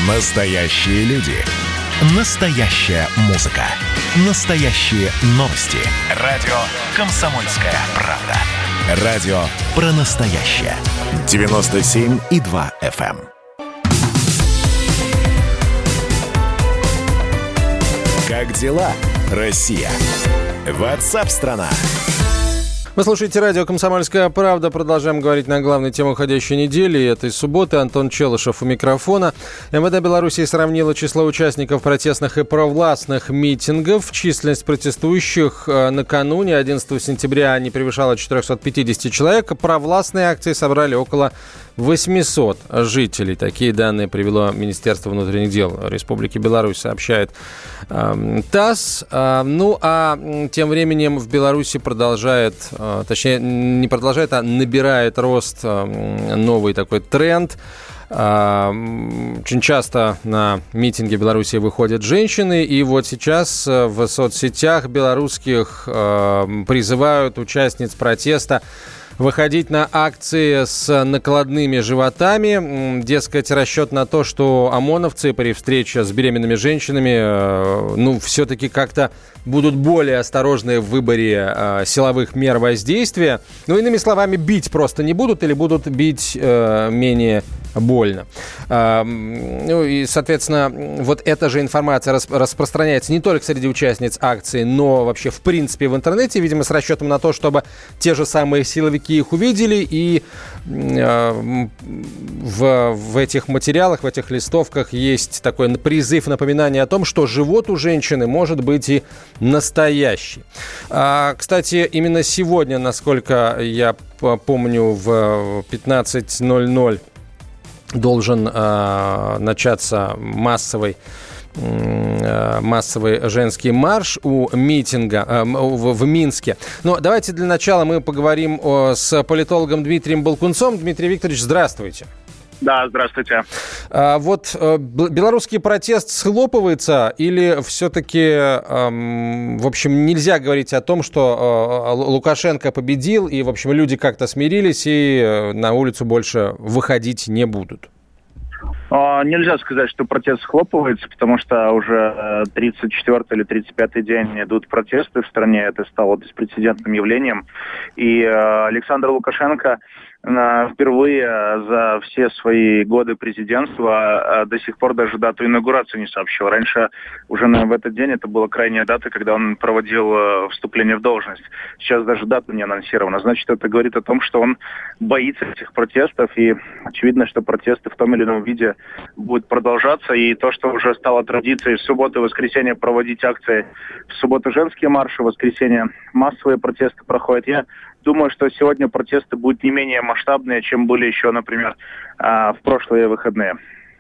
Настоящие люди. Настоящая музыка. Настоящие новости. Радио «Комсомольская правда». Радио про настоящее. 97,2 FM. Как дела, Россия? Ватсап-страна! Вы слушаете радио «Комсомольская правда». Продолжаем говорить на главной теме уходящей недели. Этой субботы Антон Челышев у микрофона. МВД Беларуси сравнило число участников протестных и провластных митингов. Численность протестующих накануне, 11 сентября, не превышала 450 человек. Провластные акции собрали около 800 жителей. Такие данные привело Министерство внутренних дел Республики Беларусь, сообщает ТАСС. Тем временем в Беларуси набирает рост новый такой тренд. Очень часто на митинги в Беларуси выходят женщины, и вот сейчас в соцсетях белорусских призывают участниц протеста выходить на акции с накладными животами. Дескать, расчет на то, что ОМОНовцы при встрече с беременными женщинами, все-таки как-то будут более осторожны в выборе силовых мер воздействия. Иными словами, бить просто не будут или будут бить менее больно. И, соответственно, вот эта же информация распространяется не только среди участниц акции, но вообще в принципе в интернете, видимо, с расчетом на то, чтобы те же самые силовики их увидели и в этих материалах, в этих листовках есть такой призыв, напоминание о том, что живот у женщины может быть и настоящий. Кстати, именно сегодня, насколько я помню, в 15:00 должен начаться массовый женский марш в Минске. Но давайте для начала мы поговорим с политологом Дмитрием Балкунцом. Дмитрий Викторович, здравствуйте. Да, здравствуйте. Белорусский протест схлопывается или все-таки, в общем, нельзя говорить о том, что Лукашенко победил и, в общем, люди как-то смирились и на улицу больше выходить не будут? Нельзя сказать, что протест схлопывается, потому что уже 34-й или 35-й день идут протесты в стране. Это стало беспрецедентным явлением. И Александр Лукашенко впервые за все свои годы президентства до сих пор даже дату инаугурации не сообщил. Раньше уже в этот день это была крайняя дата, когда он проводил вступление в должность. Сейчас даже дата не анонсирована. Значит, это говорит о том, что он боится этих протестов. И очевидно, что протесты в том или ином виде будут продолжаться. И то, что уже стало традицией в субботу и воскресенье проводить акции, в субботу женские марши, в воскресенье массовые протесты проходят. Я думаю, что сегодня протесты будут не менее масштабные, чем были еще, например, в прошлые выходные.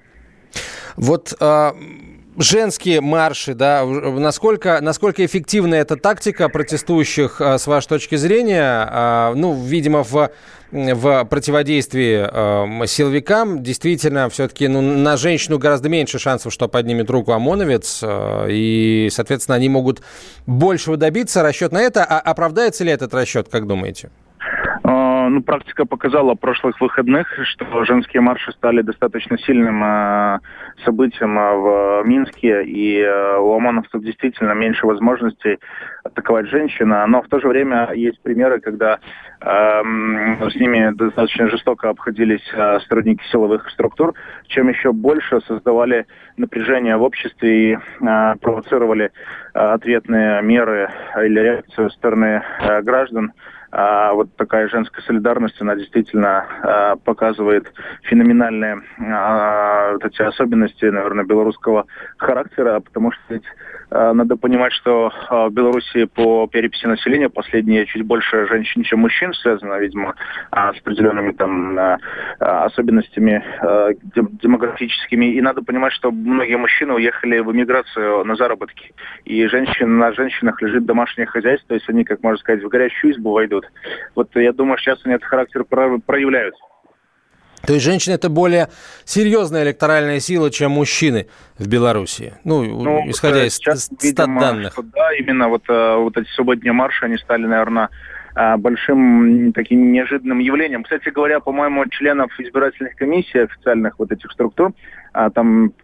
Женские марши, да, насколько эффективна эта тактика протестующих, с вашей точки зрения? Видимо, в противодействии силовикам действительно все-таки на женщину гораздо меньше шансов, что поднимет руку ОМОНовец, и, соответственно, они могут большего добиться. Расчет на это. А оправдается ли этот расчет, как думаете? Практика показала прошлых выходных, что женские марши стали достаточно сильным событием в Минске, и у ОМОНовцев действительно меньше возможностей атаковать женщин. Но в то же время есть примеры, когда с ними достаточно жестоко обходились сотрудники силовых структур, чем еще больше создавали напряжение в обществе и провоцировали ответные меры или реакцию со стороны граждан. Вот такая женская солидарность, она действительно показывает феноменальные эти особенности, наверное, белорусского характера, потому что ведь надо понимать, что в Беларуси по переписи населения последние чуть больше женщин, чем мужчин, связано, видимо, с определенными особенностями демографическими. И надо понимать, что многие мужчины уехали в эмиграцию на заработки. И на женщинах лежит домашнее хозяйство, то есть они, как можно сказать, в горящую избу войдут. Вот я думаю, сейчас они этот характер проявляют. То есть женщины – это более серьезная электоральная сила, чем мужчины в Беларуси, исходя из стат-данных. Что, да, именно вот эти субботние марши, они стали, наверное, большим таким неожиданным явлением. Кстати говоря, по-моему, членов избирательных комиссий официальных вот этих структур, там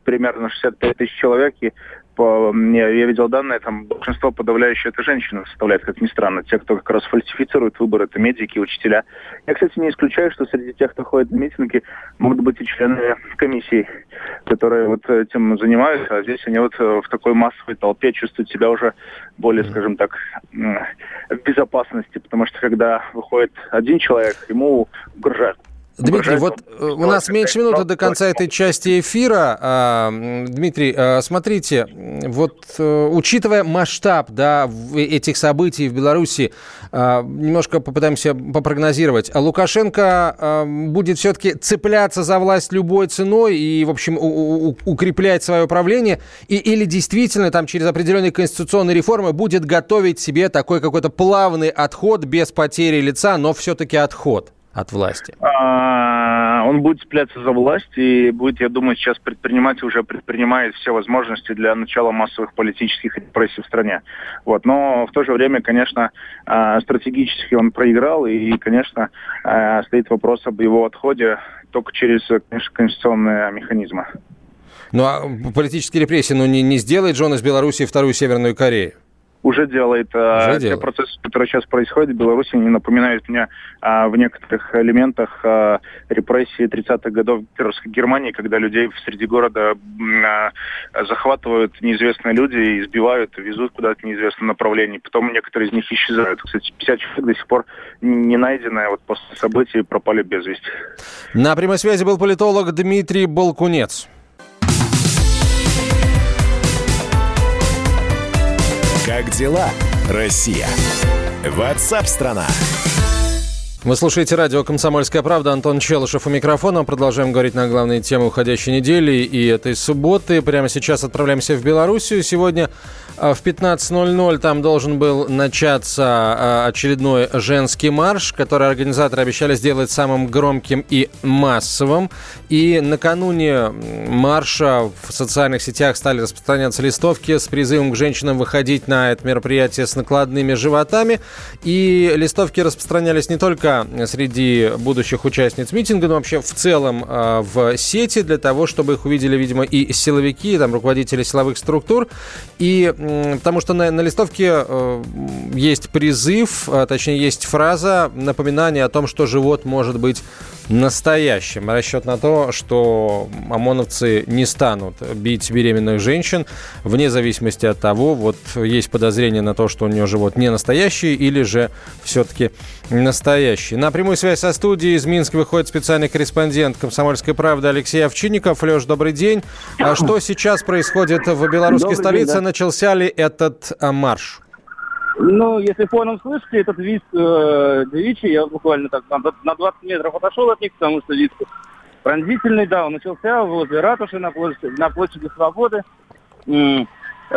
примерно 65 тысяч человек, и я видел данные, там большинство подавляющее это женщины составляет, как ни странно. Те, кто как раз фальсифицирует выборы, это медики, учителя. Я, кстати, не исключаю, что среди тех, кто ходит на митинги, могут быть и члены комиссий, которые вот этим занимаются, а здесь они вот в такой массовой толпе чувствуют себя уже более, скажем так, в безопасности, потому что когда выходит один человек, ему угрожают. Дмитрий, вот у нас меньше минуты до конца этой части эфира. Дмитрий, смотрите, вот учитывая масштаб, да, этих событий в Беларуси, немножко попытаемся попрогнозировать. Лукашенко будет все-таки цепляться за власть любой ценой и, в общем, укреплять свое правление, или действительно там через определенные конституционные реформы будет готовить себе такой какой-то плавный отход без потери лица, но все-таки отход от власти? Он будет цепляться за власть и будет, я думаю, сейчас предпринимает все возможности для начала массовых политических репрессий в стране. Вот. Но в то же время, конечно, стратегически он проиграл, и, конечно, стоит вопрос об его отходе только через, конечно, конституционные механизмы. Ну, а политические репрессии, не сделает же он из Беларуси вторую Северную Корею? Уже делает. Те процессы, которые сейчас происходят в Беларуси, они напоминают мне в некоторых элементах репрессии 30-х годов гитлеровской Германии, когда людей среди города захватывают неизвестные люди, избивают, везут куда-то в неизвестном направлении. Потом некоторые из них исчезают. Кстати, 50 человек до сих пор не найдены, вот после событий пропали без вести. На прямой связи был политолог Дмитрий Болкунец. Как дела, Россия? WhatsApp-страна. Вы слушаете радио «Комсомольская правда». Антон Челышев у микрофона. Продолжаем говорить на главные темы уходящей недели и этой субботы. Прямо сейчас отправляемся в Белоруссию. Сегодня в 15:00 там должен был начаться очередной женский марш, который организаторы обещали сделать самым громким и массовым. И накануне марша в социальных сетях стали распространяться листовки с призывом к женщинам выходить на это мероприятие с накладными животами. И листовки распространялись не только среди будущих участниц митинга, но вообще в целом в сети, для того, чтобы их увидели, видимо, и силовики, и там руководители силовых структур. И потому что на листовке есть призыв, точнее, есть фраза, напоминание о том, что живот может быть настоящим. Расчет на то, что ОМОНовцы не станут бить беременных женщин, вне зависимости от того, вот есть подозрение на то, что у нее живот не настоящий или же все-таки настоящий. На прямую связь со студией из Минска выходит специальный корреспондент «Комсомольской правды» Алексей Овчинников. Леш, добрый день. А что сейчас происходит в белорусской столице? День, да. Начался ли этот марш? Ну, если фоном слышите, этот визг девичий, я буквально так на 20 метров отошел от них, потому что визг пронзительный, да, он начался возле ратуши на площади Свободы. Ну,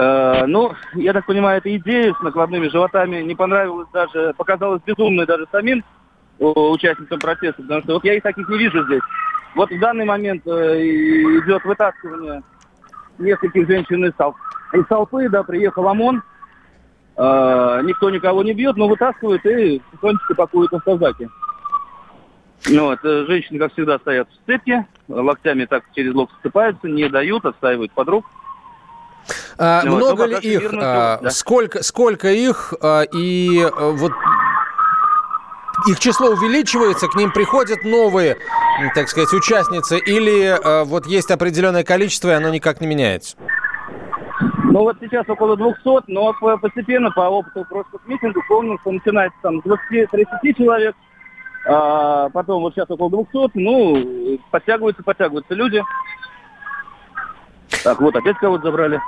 я так понимаю, эта идея с накладными животами не понравилась даже, показалась безумной даже самим участникам протеста, потому что вот я их таких не вижу здесь. Вот в данный момент идет вытаскивание нескольких женщин из толпы, да, приехал ОМОН. Никто никого не бьет, но вытаскивают и потихонечку пакуют автозаки. Вот, женщины, как всегда, стоят в цепи, локтями так через локти цепаются, не дают, отстаивают подруг. Много ли их? Да. Сколько их? И вот их число увеличивается, к ним приходят новые, так сказать, участницы, или вот есть определенное количество, и оно никак не меняется? Ну вот сейчас около 200, но постепенно по опыту прошлых митингов помню, что начинается там с 20-30 человек, а потом вот сейчас около 200, подтягиваются люди. Так, вот опять кого-то забрали.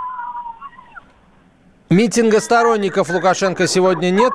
Митинга сторонников Лукашенко сегодня нет?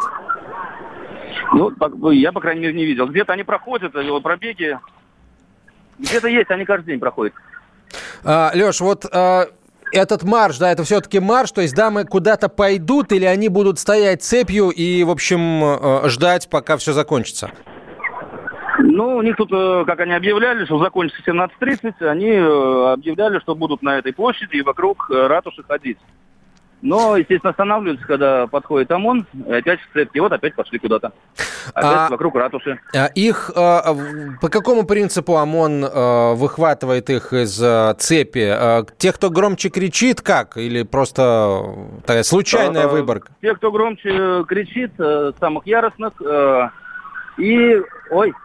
Ну, я, по крайней мере, не видел. Где-то они проходят, пробеги. Где-то есть, они каждый день проходят. Леш, вот... Этот марш, да, это все-таки марш, то есть дамы куда-то пойдут или они будут стоять цепью и, в общем, ждать, пока все закончится? Ну, у них тут, как они объявляли, что закончится 17:30, они объявляли, что будут на этой площади и вокруг ратуши ходить. Но, естественно, останавливаются, когда подходит ОМОН, и опять в цепи. И вот опять пошли куда-то. Опять вокруг ратуши. Их по какому принципу ОМОН выхватывает их из цепи? Тех, кто громче кричит, как? Или просто такая случайная выборка? Те, кто громче кричит, самых яростных. И... Ой.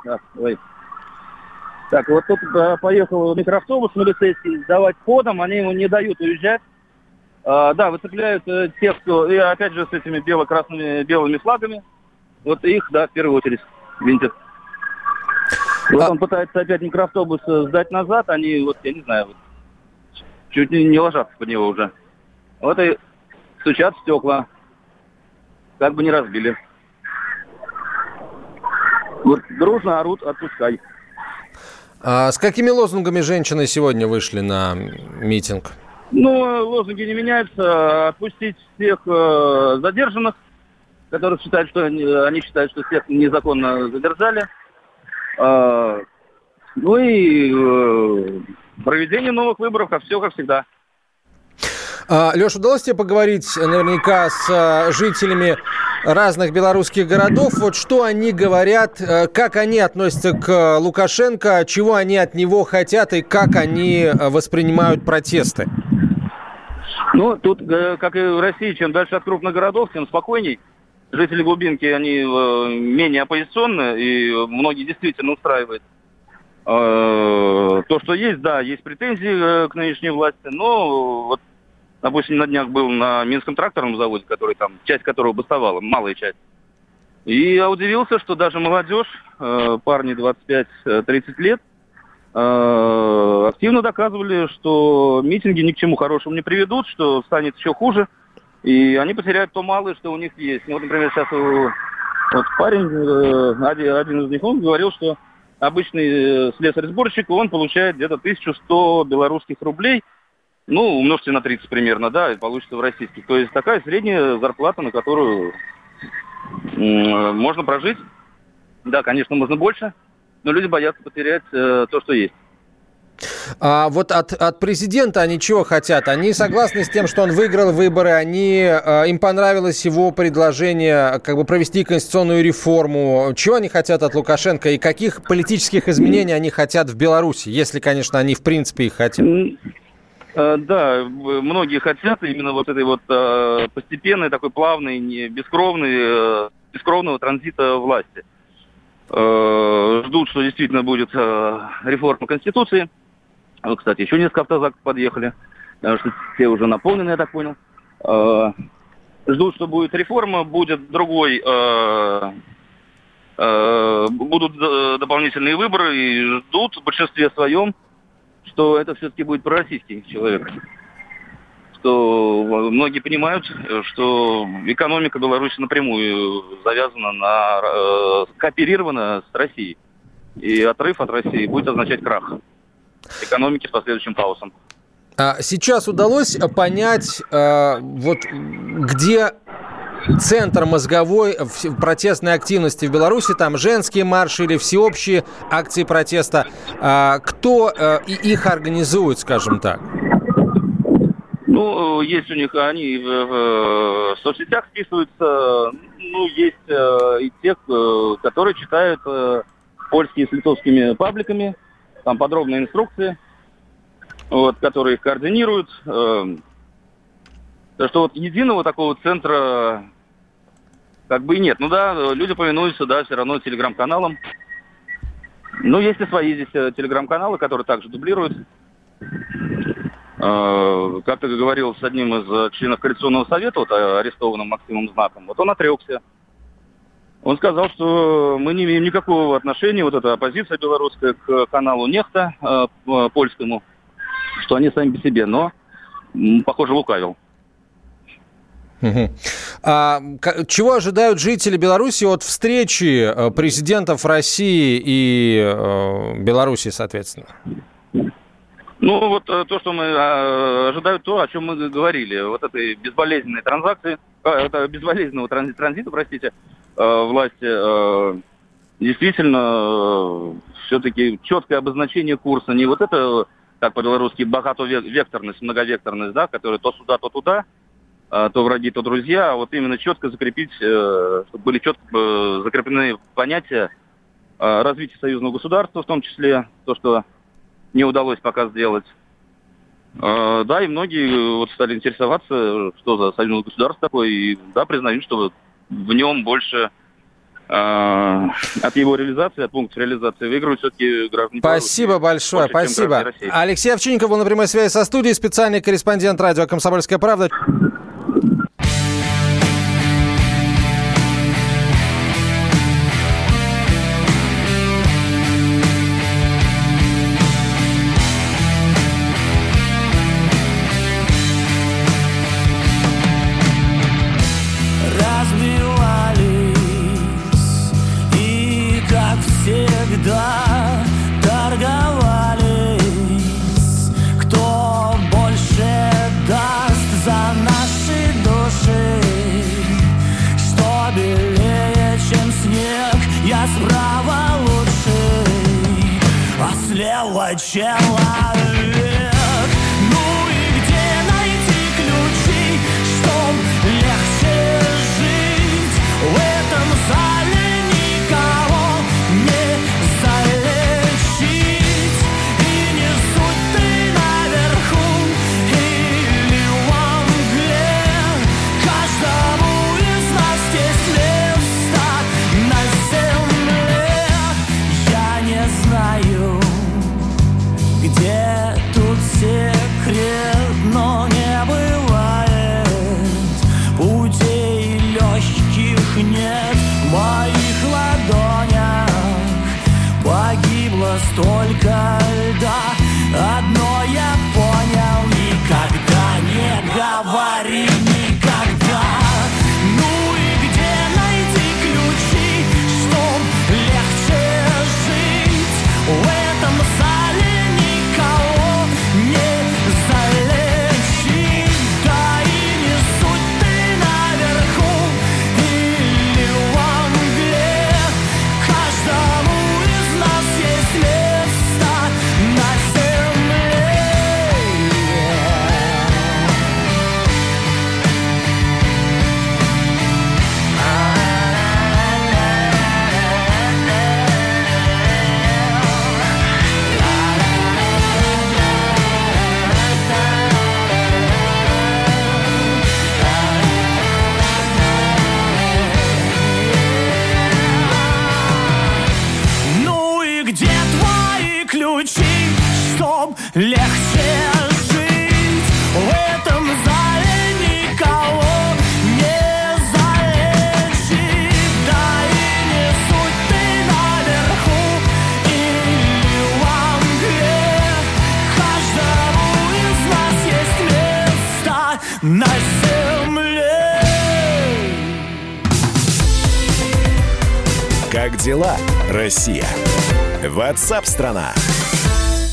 Так, вот тут поехал микроавтобус милицейский сдавать ходом, они ему не дают уезжать. Да, выцепляют тех, кто, и опять же с этими белыми флагами, вот их, да, в первую очередь винтят. Вот он пытается опять микроавтобус сдать назад, они, вот, я не знаю, вот, чуть не ложатся под него уже. Вот и стучат в стекла, как бы не разбили. Вот дружно орут «отпускай». С какими лозунгами женщины сегодня вышли на митинг? Ну, лозунги не меняются. Отпустить всех задержанных, которые считают, что они считают, что всех незаконно задержали. Ну и проведение новых выборов, как все, как всегда. Леш, удалось тебе поговорить наверняка с жителями разных белорусских городов? Вот что они говорят, как они относятся к Лукашенко, чего они от него хотят и как они воспринимают протесты? Ну, тут, как и в России, чем дальше от крупных городов, тем спокойней. Жители глубинки, они менее оппозиционные, и многие действительно устраивает то, что есть. Да, есть претензии к нынешней власти, но вот, допустим, на днях был на Минском тракторном заводе, который там, часть которого бастовала, малая часть. И я удивился, что даже молодежь, парни 25-30 лет, активно доказывали, что митинги ни к чему хорошему не приведут, что станет еще хуже, и они потеряют то малое, что у них есть. Ну, вот, например, сейчас вот парень, один из них, он говорил, что обычный слесарь-сборщик, он получает где-то 1100 белорусских рублей, ну, умножьте на 30 примерно, да, и получится в российских. То есть такая средняя зарплата, на которую можно прожить. Да, конечно, можно больше, но люди боятся потерять то, что есть. А вот от президента они чего хотят? Они согласны с тем, что он выиграл выборы, им понравилось его предложение как бы провести конституционную реформу. Чего они хотят от Лукашенко и каких политических изменений они хотят в Беларуси, если, конечно, они в принципе их хотят? Да, многие хотят именно вот этой вот постепенной, такой плавной, бескровного транзита власти. Ждут, что действительно будет реформа Конституции. Вот, кстати, еще несколько автозаков подъехали, потому что все уже наполнены, я так понял. Ждут, что будет реформа, будет другой, будут дополнительные выборы, и ждут в большинстве своем, что это все-таки будет пророссийский человек. Что многие понимают, что экономика Беларуси напрямую завязана кооперирована с Россией. И отрыв от России будет означать крах экономики с последующим хаосом. Сейчас удалось понять, вот где центр мозговой протестной активности в Беларуси, там женские марши или всеобщие акции протеста, кто их организует, скажем так? Ну, есть у них, они в соцсетях списываются, ну, есть и те, которые читают польские с литовскими пабликами, там подробные инструкции, вот, которые их координируют. Так что вот единого такого центра как бы и нет. Ну да, люди повинуются, да, все равно телеграм-каналам. Ну, есть и свои здесь телеграм-каналы, которые также дублируют. Как-то говорил с одним из членов Коалиционного совета, вот арестованным Максимом Знаком, вот он отрекся. Он сказал, что мы не имеем никакого отношения, вот эта оппозиция белорусская, к каналу Нехта, польскому, что они сами по себе, но, похоже, лукавил. Чего ожидают жители Беларуси от встречи президентов России и Беларуси, соответственно? Ну, вот то, что мы ожидают, то, о чем мы говорили. Вот этой безболезненной транзакции, безболезненного транзита, простите, власти, действительно, все-таки четкое обозначение курса. Не вот это, как по-белорусски, многовекторность, да, которая то сюда, то туда. то враги, то друзья, а вот именно четко закрепить, чтобы были четко закреплены понятия развития союзного государства, в том числе то, что не удалось пока сделать. Да, и многие вот стали интересоваться, что за союзное государство такое, и да, признают, что в нем больше от его реализации, от пунктов реализации выигрывают все-таки граждане. Спасибо большое, больше, спасибо. Алексей Овчинников был на прямой связи со студией, специальный корреспондент радио «Комсомольская правда». Всегда торговались, кто больше даст за наши души, что белее, чем снег, я справа лучший, а слева человек. Ну и где найти ключи, чтоб легче жить в этом зале? Нет в моих ладонях, погибло столько льда. Одно я понял: никогда не говори никогда. Ну и где найти ключи, чтоб легче жить в этом зале? Никого не залечить. Да и не суть ты наверху, чтоб легче жить в этом зале, никого не залечить. Да и не суть ты наверху или в Англии, каждому из нас есть место на земле. Как дела, Россия? WhatsApp-страна.